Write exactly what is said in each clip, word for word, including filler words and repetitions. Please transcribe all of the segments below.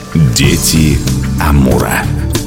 Дети Амура.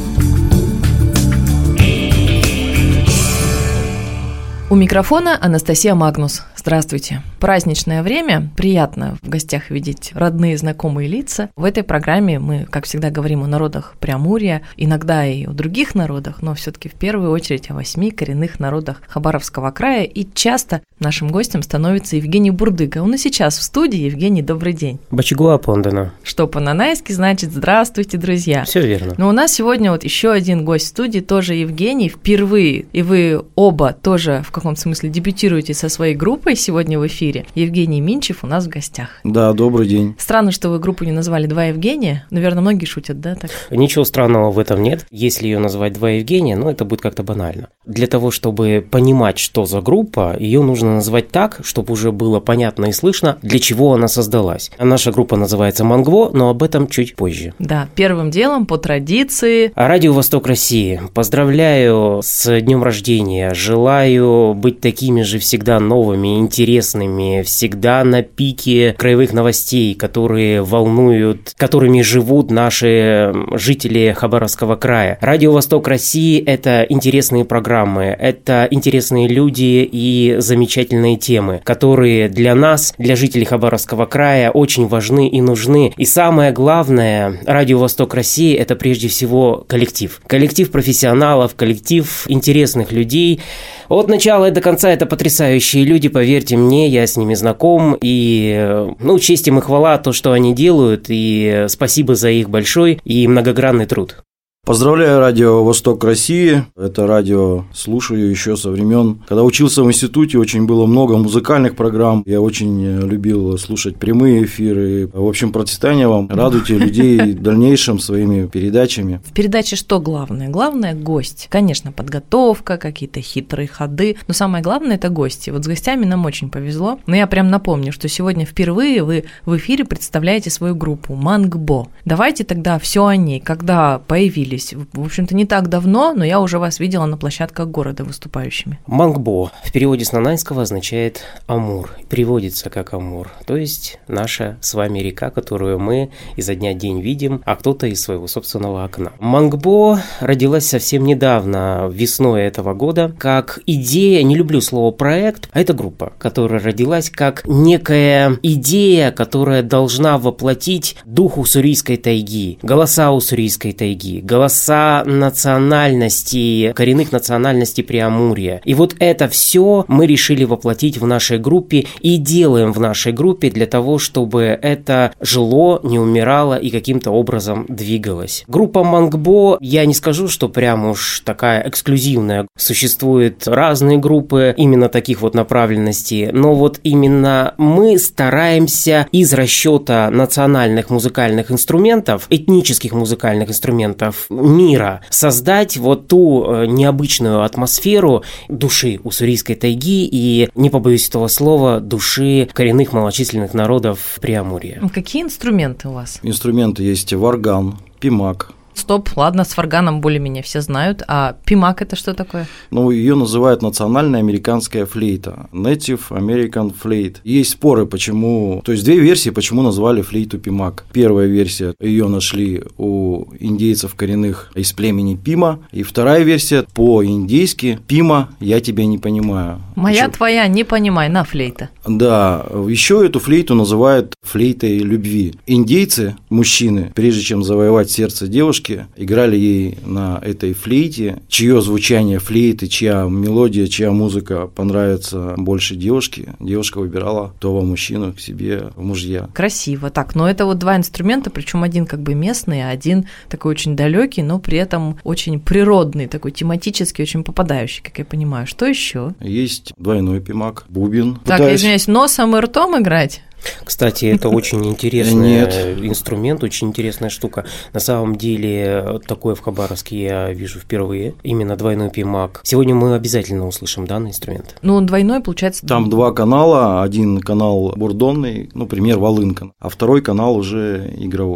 У микрофона Анастасия Магнус. Здравствуйте. Праздничное время. Приятно в гостях видеть родные, знакомые лица. В этой программе мы, как всегда, говорим о народах Преамурья, иногда и о других народах, но все-таки в первую очередь о восьми коренных народах Хабаровского края. И часто нашим гостем становится Евгений Бурдыга. Он и сейчас в студии. Евгений, добрый день. Бачигуа Пондана. Что по-нанайски значит «здравствуйте, друзья». Все верно. Но у нас сегодня вот еще один гость в студии, тоже Евгений, впервые. И вы оба тоже в каком смысле дебютируете со своей группой сегодня в эфире. Евгений Минчев у нас в гостях. Да, добрый день. Странно, что вы группу не назвали «Два Евгения». Наверное, многие шутят, да? Так? Ничего странного в этом нет. Если ее назвать «Два Евгения», ну, это будет как-то банально. Для того, чтобы понимать, что за группа, ее нужно назвать так, чтобы уже было понятно и слышно, для чего она создалась. А наша группа называется «Мангбо», но об этом чуть позже. Да, первым делом, по традиции. А Радио Восток России. Поздравляю с днем рождения. Желаю быть такими же всегда новыми, интересными, всегда на пике краевых новостей, которые волнуют, которыми живут наши жители Хабаровского края. Радио Восток России – это интересные программы, это интересные люди и замечательные темы, которые для нас, для жителей Хабаровского края, очень важны и нужны. И самое главное, Радио Восток России – это прежде всего коллектив. Коллектив профессионалов, коллектив интересных людей. От начала и до конца это потрясающие люди, поверьте мне, я с ними знаком, и, ну, честь им и хвала то, что они делают, и спасибо за их большой и многогранный труд. Поздравляю Радио Восток России. Это радио слушаю еще со времен, когда учился в институте, очень было много музыкальных программ. Я очень любил слушать прямые эфиры. В общем, процветания вам. Радуйте людей дальнейшим своими передачами. В передаче что главное? Главное – гость. Конечно, подготовка, какие-то хитрые ходы, но самое главное – это гости. Вот с гостями нам очень повезло. Но я прям напомню, что сегодня впервые вы в эфире представляете свою группу «Мангбо». Давайте тогда все о ней, когда появились. В общем-то, не так давно, но я уже вас видела на площадках города выступающими. Мангбо в переводе с нанайского означает Амур, переводится как Амур, то есть наша с вами река, которую мы изо дня в день видим, а кто-то из своего собственного окна. Мангбо родилась совсем недавно, весной этого года, как идея, не люблю слово проект, а это группа, которая родилась как некая идея, которая должна воплотить дух уссурийской тайги, голоса уссурийской тайги, голоса национальностей, коренных национальностей Преамурья. И вот это все мы решили воплотить в нашей группе и делаем в нашей группе для того, чтобы это жило, не умирало и каким-то образом двигалось. Группа Мангбо, я не скажу, что прям уж такая эксклюзивная. Существуют разные группы именно таких вот направленностей, но вот именно мы стараемся из расчета национальных музыкальных инструментов, этнических музыкальных инструментов мира создать вот ту необычную атмосферу души уссурийской тайги и, не побоюсь этого слова, души коренных малочисленных народов Преамурья. Какие инструменты у вас? Инструменты есть варган, пимак. Стоп, ладно, с варганом более-менее все знают, а пимак – это что такое? Ну, ее называют национальная американская флейта, Native American Flute. Есть споры, почему, то есть две версии, почему назвали флейту пимак. Первая версия, ее нашли у индейцев коренных из племени Пима, и вторая версия, по-индейски, Пима, я тебя не понимаю. Моя Почему? твоя, не понимай, на флейта. Да, еще эту флейту называют флейтой любви. Индейцы, мужчины, прежде чем завоевать сердце девушки, играли ей на этой флейте, чье звучание флейты, чья мелодия, чья музыка понравится больше девушке, девушка выбирала того мужчину к себе в мужья. Красиво. Так, но это вот два инструмента, причем один как бы местный, а один такой очень далекий, но при этом очень природный, такой тематически очень попадающий, как я понимаю. Что еще? Есть двойной пимак, бубен. Так, Пытаюсь... извиняюсь, носом и ртом играть? Кстати, это очень интересный Нет. инструмент, очень интересная штука. На самом деле, такое в Хабаровске я вижу впервые. Именно двойной пимак. Сегодня мы обязательно услышим данный инструмент. Ну, он двойной, получается. Там два канала. Один канал бурдонный, ну, пример волынка, а второй канал уже игровой.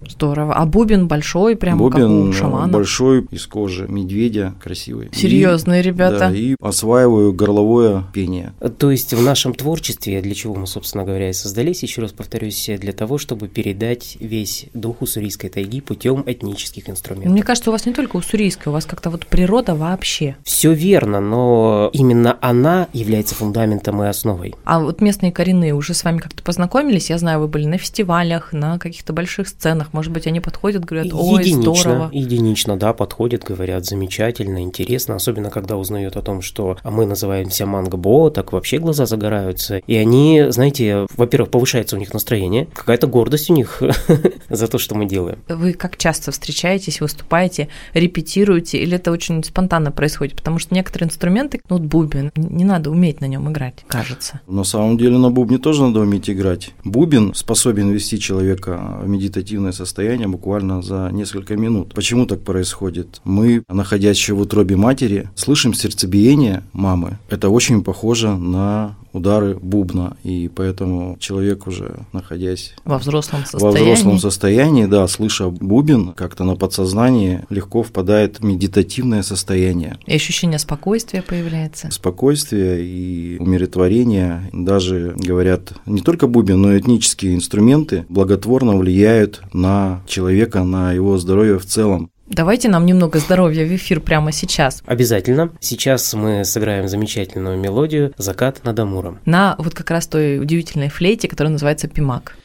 Здорово. А бубен большой, прям бубен как у шамана? Большой, из кожи медведя, красивый. Серьезные и, ребята. Да, и осваиваю горловое пение. То есть в нашем творчестве, для чего мы, собственно говоря, и создались, еще раз повторюсь, для того, чтобы передать весь дух уссурийской тайги путем этнических инструментов. Мне кажется, у вас не только уссурийская, у вас как-то вот природа вообще. Все верно, но именно она является фундаментом и основой. А вот местные коренные уже с вами как-то познакомились? Я знаю, вы были на фестивалях, на каких-то больших сценах. Может быть, они подходят, говорят, ой, единично, здорово. Единично, да, подходят, говорят, замечательно, интересно. Особенно, когда узнают о том, что мы называемся Манго-Бо, так вообще глаза загораются. И они, знаете, во-первых, повышается у них настроение, какая-то гордость у них за то, что мы делаем. Вы как часто встречаетесь, выступаете, репетируете, или это очень спонтанно происходит? Потому что некоторые инструменты, ну вот бубен, не надо уметь на нем играть, кажется. На самом деле на бубне тоже надо уметь играть. Бубен способен ввести человека в медитативное состояние буквально за несколько минут. Почему так происходит? Мы, находясь еще в утробе матери, слышим сердцебиение мамы. Это очень похоже на удары бубна, и поэтому человек уже, находясь во взрослом состоянии, во взрослом состоянии, да, слыша бубен, как-то на подсознании легко впадает в медитативное состояние. И ощущение спокойствия появляется. Спокойствие и умиротворение. Даже, говорят, не только бубен, но и этнические инструменты благотворно влияют на человека, на его здоровье в целом. Давайте нам немного здоровья в эфир прямо сейчас. Обязательно. Сейчас мы сыграем замечательную мелодию «Закат над Амуром». На вот как раз той удивительной флейте, которая называется пимак.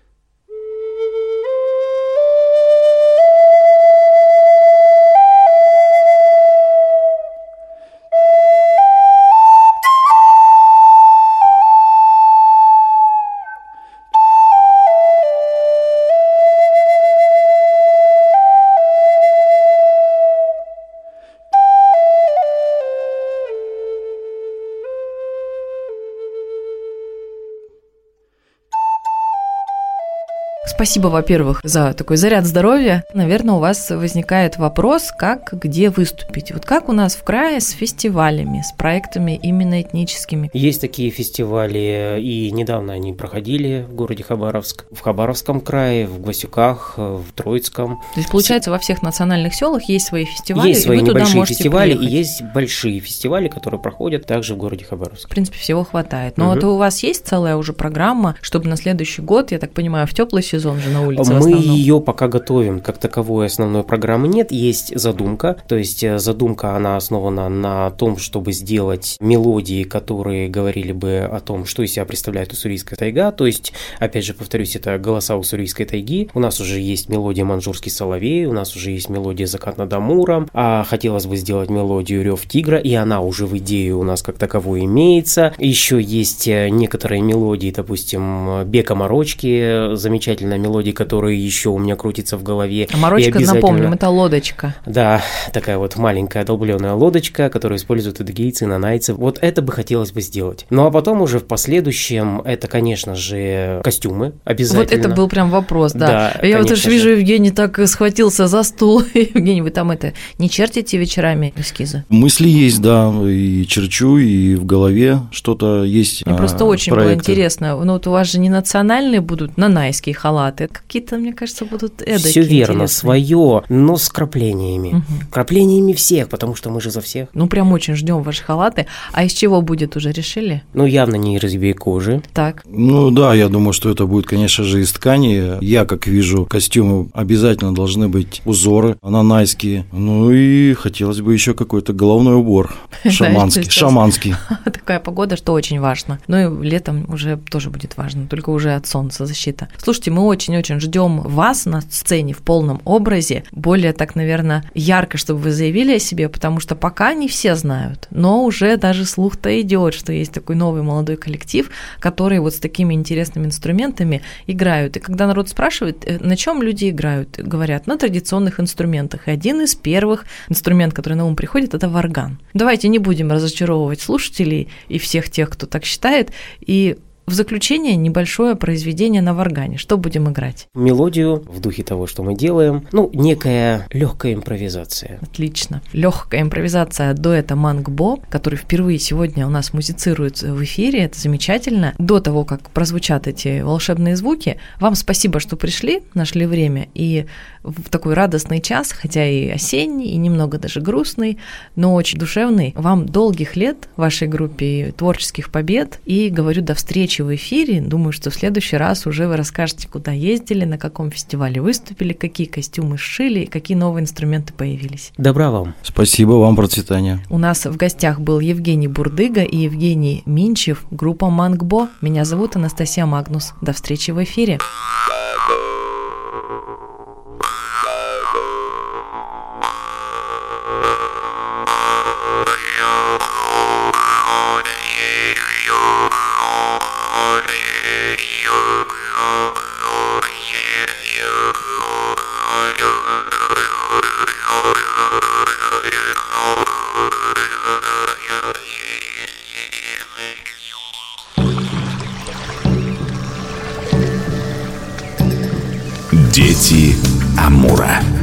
Спасибо, во-первых, за такой заряд здоровья. Наверное, у вас возникает вопрос, как, где выступить. Вот как у нас в крае с фестивалями, с проектами именно этническими? Есть такие фестивали, и недавно они проходили в городе Хабаровск. В Хабаровском крае, в Гвасюках, в Троицком. То есть, получается, во всех национальных селах есть свои фестивали? Есть свои и вы небольшие туда фестивали, приехать. И есть большие фестивали, которые проходят также в городе Хабаровск. В принципе, всего хватает. Но угу. вот у вас есть целая уже программа, чтобы на следующий год, я так понимаю, в теплый сезон же на улице Мы в основном. ее пока готовим, как таковой основной программы нет, есть задумка, то есть задумка, она основана на том, чтобы сделать мелодии, которые говорили бы о том, что из себя представляет уссурийская тайга, то есть, опять же, повторюсь, это голоса уссурийской тайги, у нас уже есть мелодия «Манжурский соловей», у нас уже есть мелодия «Закат над Амуром», а хотелось бы сделать мелодию «Рев тигра», и она уже в идее у нас как таковой имеется, еще есть некоторые мелодии, допустим, «Бека Морочки», замечательная мелодия, которая еще у меня крутится в голове. А морочка, обязательно... напомним, это лодочка. Да, такая вот маленькая долбленная лодочка, которую используют адыгейцы, нанайцы. Вот это бы хотелось бы сделать. Ну а потом уже в последующем это, конечно же, костюмы обязательно. Вот это был прям вопрос, да. да Я вот уж вижу, же. Евгений так схватился за стул. Евгений, вы там это не чертите вечерами эскизы? Мысли есть, да, и черчу, и в голове что-то есть. Мне а, просто очень проекты. было интересно. Ну вот у вас же не национальные будут нанайские халаты, какие-то, мне кажется, будут эдакие. Все верно, интересные. свое, но с краплениями. Угу. Краплениями всех, потому что мы же за всех. Ну прям очень ждем ваши халаты. А из чего будет, уже решили? Ну явно не из рыбьей кожи. Так. Ну да, я думаю, что это будет, конечно же, из ткани. Я, как вижу, костюмы обязательно должны быть узоры нанайские. Ну и хотелось бы еще какой-то головной убор шаманский. Шаманский. Такая погода, что очень важно. Ну и летом уже тоже будет важно, только уже от солнца защита. Слушайте, мы очень-очень ждем вас на сцене в полном образе, более так, наверное, ярко, чтобы вы заявили о себе, потому что пока не все знают, но уже даже слух-то идет, что есть такой новый молодой коллектив, который вот с такими интересными инструментами играют. И когда народ спрашивает, на чем люди играют, говорят, на традиционных инструментах. И один из первых инструментов, который на ум приходит, это варган. Давайте не будем разочаровывать слушателей и всех тех, кто так считает, и В заключение небольшое произведение на варгане. Что будем играть? Мелодию в духе того, что мы делаем. Ну, некая легкая импровизация. Отлично. Легкая импровизация дуэта Мангбо, который впервые сегодня у нас музицирует в эфире. Это замечательно. До того, как прозвучат эти волшебные звуки, вам спасибо, что пришли, нашли время, и в такой радостный час, хотя и осенний, и немного даже грустный, но очень душевный. Вам долгих лет в вашей группе, творческих побед, и говорю до встречи в эфире. Думаю, что в следующий раз уже вы расскажете, куда ездили, на каком фестивале выступили, какие костюмы сшили, какие новые инструменты появились. Добра вам. Спасибо вам, процветания. У нас в гостях был Евгений Бурдыга и Евгений Минчев, группа Мангбо. Меня зовут Анастасия Магнус. До встречи в эфире. Дети Амура.